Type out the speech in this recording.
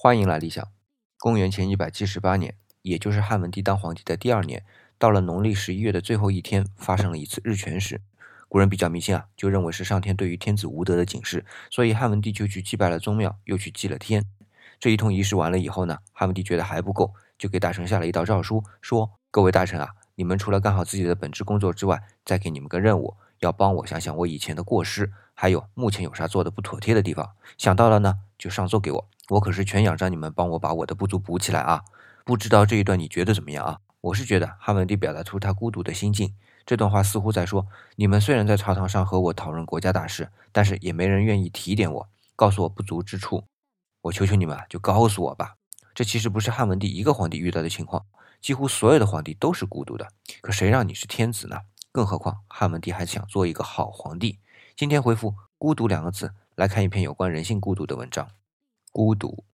欢迎来理想。公元前178年，也就是汉文帝当皇帝的第2年，到了农历11月的最后一天，发生了一次日全食。古人比较迷信啊，就认为是上天对于天子无德的警示，所以汉文帝就去祭拜了宗庙，又去祭了天。这一通仪式完了以后呢，汉文帝觉得还不够，就给大臣下了一道诏书，说：各位大臣啊，你们除了干好自己的本职工作之外，再给你们个任务，要帮我想想我以前的过失，还有目前有啥做的不妥帖的地方，想到了呢就上奏给我可是全仰仗你们帮我把我的不足补起来啊。不知道这一段你觉得怎么样啊？我是觉得汉文帝表达出他孤独的心境，这段话似乎在说，你们虽然在朝堂上和我讨论国家大事，但是也没人愿意提点我，告诉我不足之处，我求求你们就告诉我吧。这其实不是汉文帝一个皇帝遇到的情况，几乎所有的皇帝都是孤独的，可谁让你是天子呢？更何况汉文帝还想做一个好皇帝。今天回复孤独2个字来看一篇有关人性孤独的文章。孤独